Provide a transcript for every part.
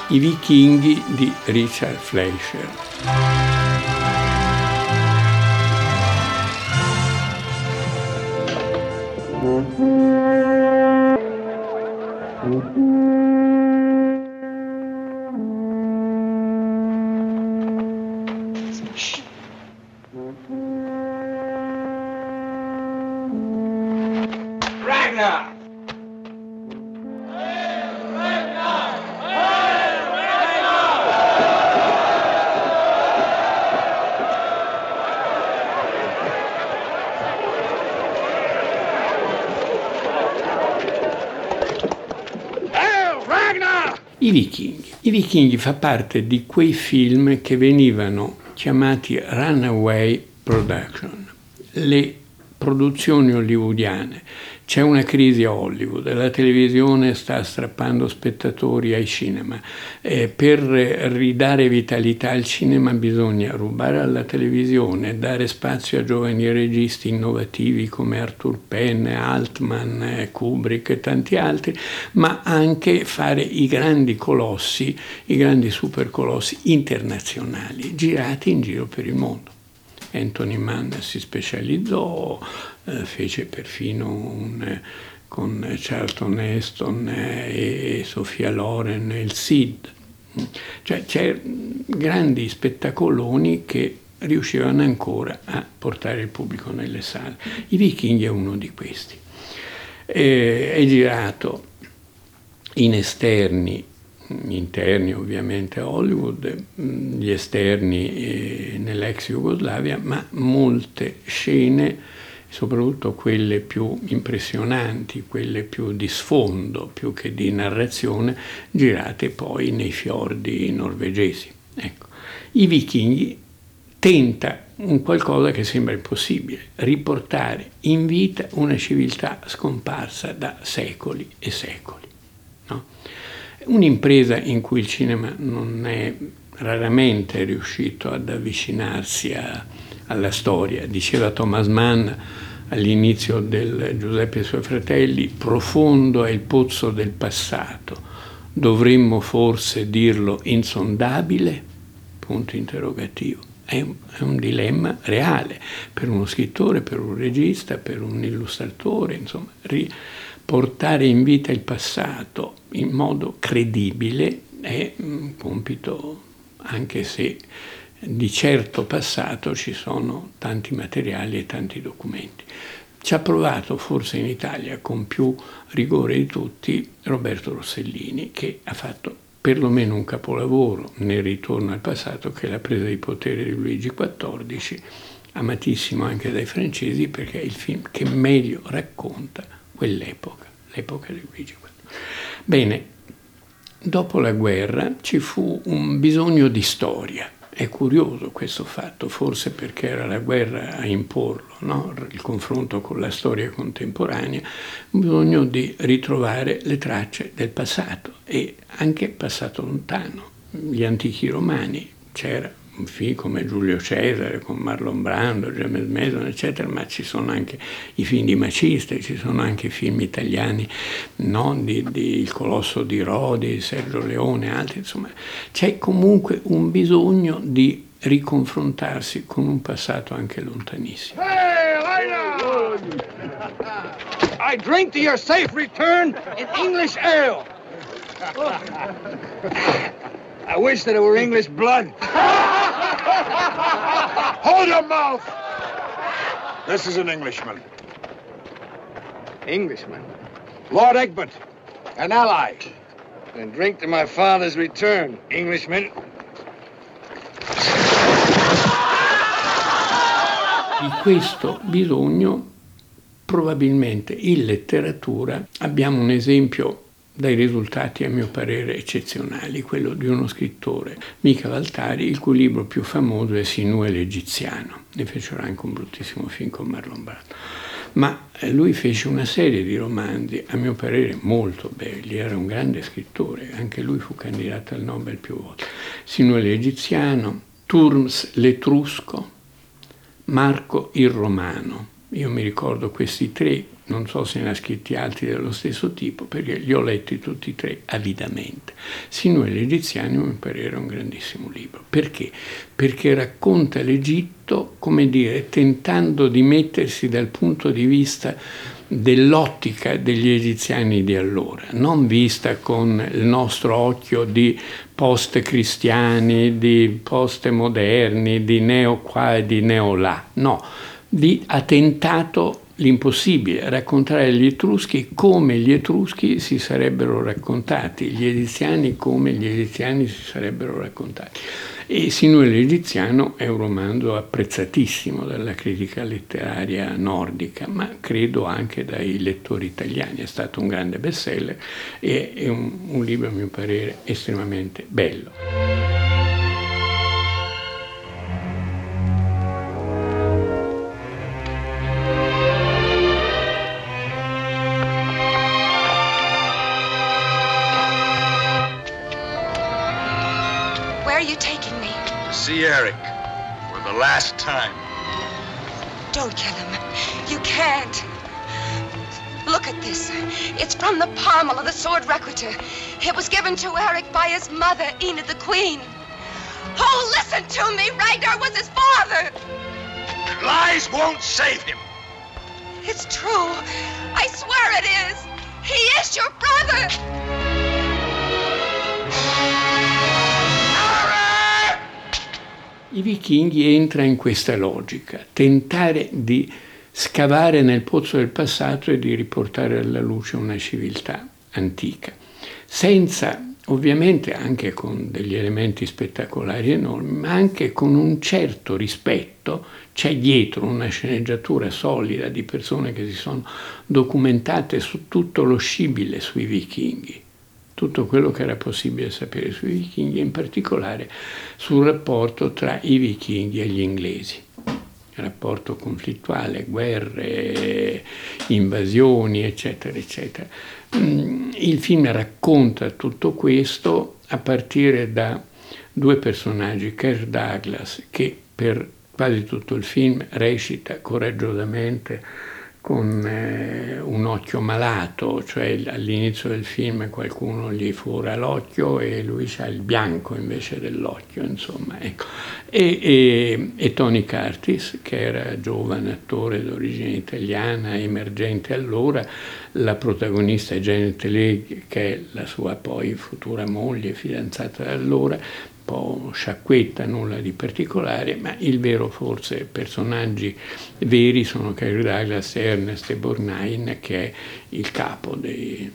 I vichinghi di Richard Fleischer. Ragnar! I Vichinghi fa parte di quei film che venivano chiamati runaway production, le produzioni hollywoodiane. C'è una crisi a Hollywood, la televisione sta strappando spettatori ai cinema. Per ridare vitalità al cinema bisogna rubare alla televisione, dare spazio a giovani registi innovativi come Arthur Penn, Altman, Kubrick e tanti altri, ma anche fare i grandi colossi, i grandi supercolossi internazionali, girati in giro per il mondo. Anthony Mann si specializzò, fece perfino con Charlton Heston e Sofia Loren il Cid. Cioè c'è grandi spettacoloni che riuscivano ancora a portare il pubblico nelle sale. I Vichinghi è uno di questi. È girato in esterni, interni ovviamente a Hollywood, gli esterni nell'ex Jugoslavia, ma molte scene, soprattutto quelle più impressionanti, quelle più di sfondo, più che di narrazione, girate poi nei fiordi norvegesi. Ecco. I Vichinghi tenta un qualcosa che sembra impossibile, riportare in vita una civiltà scomparsa da secoli e secoli. No? Un'impresa in cui il cinema non è raramente riuscito ad avvicinarsi alla storia. Diceva Thomas Mann all'inizio del Giuseppe e i suoi fratelli: profondo è il pozzo del passato, dovremmo forse dirlo insondabile? Punto interrogativo. È un dilemma reale per uno scrittore, per un regista, per un illustratore, insomma, portare in vita il passato in modo credibile è un compito, anche se di certo passato ci sono tanti materiali e tanti documenti. Ci ha provato forse in Italia con più rigore di tutti Roberto Rossellini, che ha fatto perlomeno un capolavoro nel Ritorno al passato, che è La presa di potere di Luigi XIV, amatissimo anche dai francesi perché è il film che meglio racconta quell'epoca, l'epoca di Luigi XIV. Bene, dopo la guerra ci fu un bisogno di storia. È curioso questo fatto, forse perché era la guerra a imporlo, no? Il confronto con la storia contemporanea, un bisogno di ritrovare le tracce del passato e anche passato lontano. Gli antichi romani, c'era un film come Giulio Cesare con Marlon Brando, James Mason, eccetera, ma ci sono anche i film di Maciste, ci sono anche film italiani, no? di Il Colosso di Rodi, Sergio Leone, altri, insomma, c'è comunque un bisogno di riconfrontarsi con un passato anche lontanissimo. Hey, Lena! I drink to your safe return in English ale. I wish that it were English blood. Hold your mouth! This is an Englishman. Englishman? Lord Egbert, an ally. Then drink to my father's return, Englishman. Di questo bisogno, probabilmente in letteratura, abbiamo un esempio dai risultati a mio parere eccezionali, quello di uno scrittore, Mica Valtari, il cui libro più famoso è Sinuhe l'Egiziano. Ne fecero anche un bruttissimo film con Marlon Brando. Ma lui fece una serie di romanzi, a mio parere molto belli, era un grande scrittore, anche lui fu candidato al Nobel più volte. Sinuhe l'Egiziano, Turms l'Etrusco, Marco il Romano. Io mi ricordo questi tre non so se ne ha scritti altri dello stesso tipo, perché li ho letti tutti e tre avidamente. Sinuhe l'Egiziano, mi pare, era un grandissimo libro. Perché? Perché racconta l'Egitto, come dire, tentando di mettersi dal punto di vista dell'ottica degli egiziani di allora, non vista con il nostro occhio di post-cristiani, di post-moderni, di neo qua e di neo là, no, ha tentato l'impossibile, raccontare gli Etruschi come gli Etruschi si sarebbero raccontati, gli Egiziani come gli Egiziani si sarebbero raccontati. E Sinuhe l'Egiziano è un romanzo apprezzatissimo dalla critica letteraria nordica, ma credo anche dai lettori italiani. È stato un grande bestseller e è un libro, a mio parere, estremamente bello. Where are you taking me? See Eric for the last time. Don't kill him. You can't. Look at this. It's from the pommel of the sword Requitur. It was given to Eric by his mother, Enid the Queen. Oh, listen to me! Ragnar was his father! Lies won't save him. It's true. I swear it is. He is your brother! I vichinghi entra in questa logica, tentare di scavare nel pozzo del passato e di riportare alla luce una civiltà antica, senza, ovviamente anche con degli elementi spettacolari enormi, ma anche con un certo rispetto. C'è dietro una sceneggiatura solida di persone che si sono documentate su tutto lo scibile sui vichinghi, tutto quello che era possibile sapere sui vichinghi, in particolare sul rapporto tra i vichinghi e gli inglesi. Rapporto conflittuale, guerre, invasioni, eccetera, eccetera. Il film racconta tutto questo a partire da due personaggi, Kirk Douglas, che per quasi tutto il film recita coraggiosamente con un occhio malato, cioè all'inizio del film qualcuno gli fora l'occhio e lui ha il bianco invece dell'occhio, insomma, ecco. E Tony Curtis, che era giovane attore d'origine italiana, emergente allora, la protagonista è Janet Leigh, che è la sua poi futura moglie, fidanzata da allora, po' sciacquetta, nulla di particolare, ma il vero forse personaggi veri sono Kirk Douglas, Ernest e Borgnine, che è il capo dei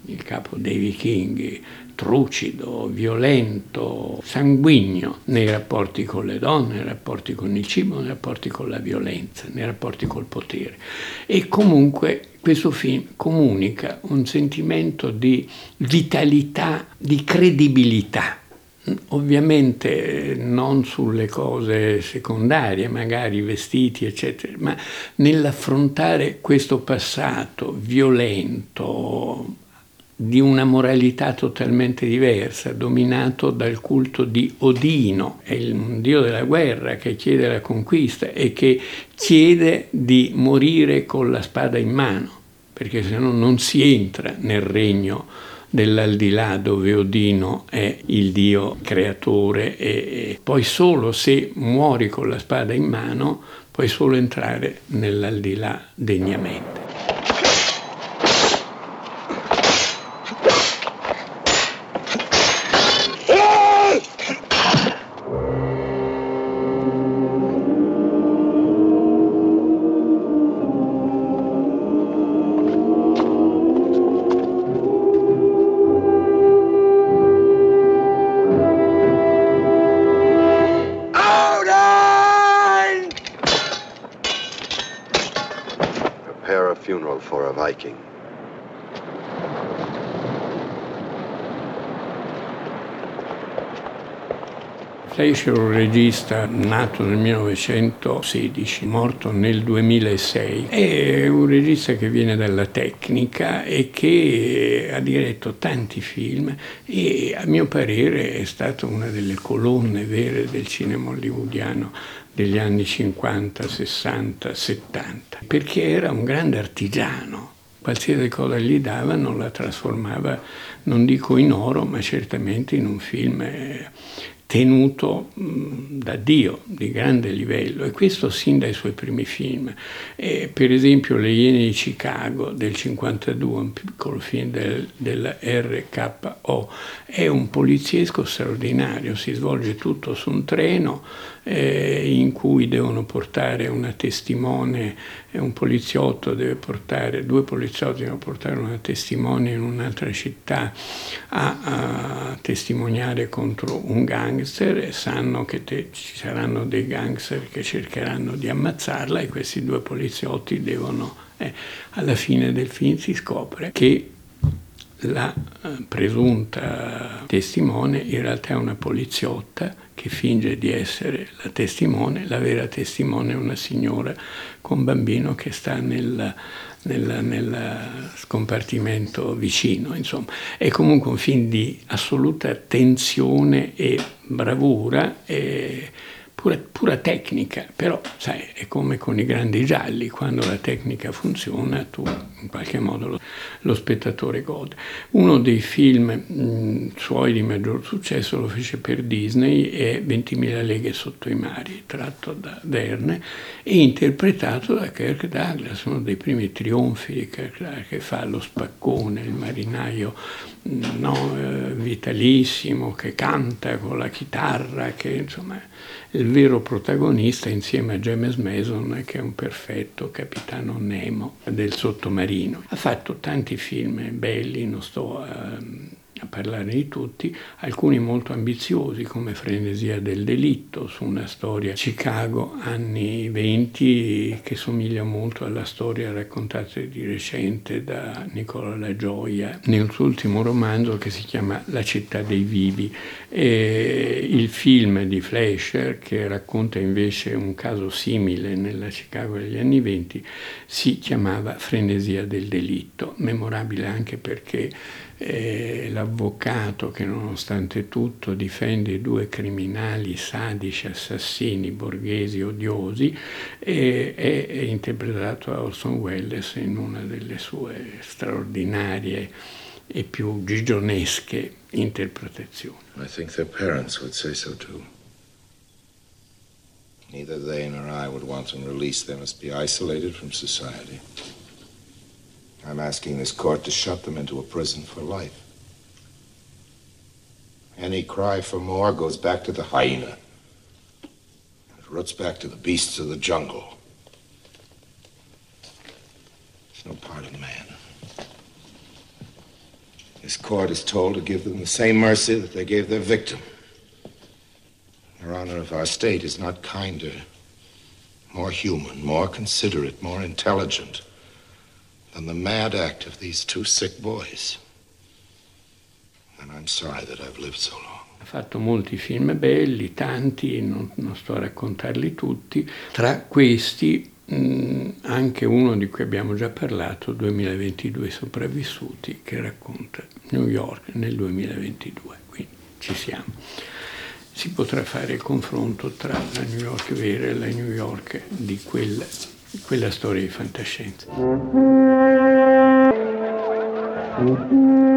vichinghi, trucido, violento, sanguigno nei rapporti con le donne, nei rapporti con il cibo, nei rapporti con la violenza, nei rapporti col potere. E comunque questo film comunica un sentimento di vitalità, di credibilità. Ovviamente non sulle cose secondarie, magari vestiti, eccetera, ma nell'affrontare questo passato violento, di una moralità totalmente diversa, dominato dal culto di Odino, è il dio della guerra che chiede la conquista e che chiede di morire con la spada in mano, perché se no non si entra nel regno dell'aldilà dove Odino è il dio creatore e poi solo se muori con la spada in mano puoi solo entrare nell'aldilà degnamente. Funeral for a Viking. Fleischer è un regista nato nel 1916, morto nel 2006. È un regista che viene dalla tecnica e che ha diretto tanti film e a mio parere è stata una delle colonne vere del cinema hollywoodiano degli anni 50, 60, 70, perché era un grande artigiano. Qualsiasi cosa gli davano la trasformava, non dico in oro, ma certamente in un film tenuto da Dio, di grande livello, e questo sin dai suoi primi film. Per esempio Le Iene di Chicago del 52, un piccolo film della RKO, è un poliziesco straordinario, si svolge tutto su un treno in cui devono portare una testimone, un poliziotto deve portare, due poliziotti devono portare una testimone in un'altra città a testimoniare contro un gangster, e sanno che ci saranno dei gangster che cercheranno di ammazzarla, e questi due poliziotti devono, alla fine del film si scopre che la presunta testimone in realtà è una poliziotta che finge di essere la testimone. La vera testimone è una signora con bambino che sta nel scompartimento vicino. Insomma, è comunque un film di assoluta tensione e bravura, e pura tecnica, però sai, è come con i grandi gialli, quando la tecnica funziona tu in qualche modo lo spettatore gode. Uno dei film suoi di maggior successo lo fece per Disney, è 20.000 leghe sotto i mari, tratto da Verne e interpretato da Kirk Douglas, uno dei primi trionfi di Kirk Douglas, che fa lo spaccone, il marinaio vitalissimo, che canta con la chitarra, che insomma il vero protagonista insieme a James Mason, che è un perfetto capitano Nemo del sottomarino. Ha fatto tanti film belli, non sto a parlare di tutti, alcuni molto ambiziosi come Frenesia del delitto, su una storia Chicago anni 20 che somiglia molto alla storia raccontata di recente da Nicola La Gioia nel suo ultimo romanzo che si chiama La città dei vivi. E il film di Fleischer, che racconta invece un caso simile nella Chicago degli anni 20, si chiamava Frenesia del delitto, memorabile anche perché l'avvocato che nonostante tutto difende i due criminali sadici, assassini, borghesi, odiosi, è interpretato da Orson Welles in una delle sue straordinarie e più gigionesche interpretazioni. I think their parents would say so too. Neither they nor I would want them released. They must be isolated from society. I'm asking this court to shut them into a prison for life. Any cry for more goes back to the hyena. It roots back to the beasts of the jungle. It's no part of man. This court is told to give them the same mercy that they gave their victim. Your Honor, if our state is not kinder, more human, more considerate, more intelligent than the mad act of these two sick boys, and I'm sorry that I've lived so long. Ha fatto molti film belli, tanti, non sto a raccontarli tutti. Tra questi anche uno di cui abbiamo già parlato, 2022 sopravvissuti, che racconta New York nel 2022, quindi ci siamo. Si potrà fare il confronto tra la New York vera e la New York di quella storia di fantascienza.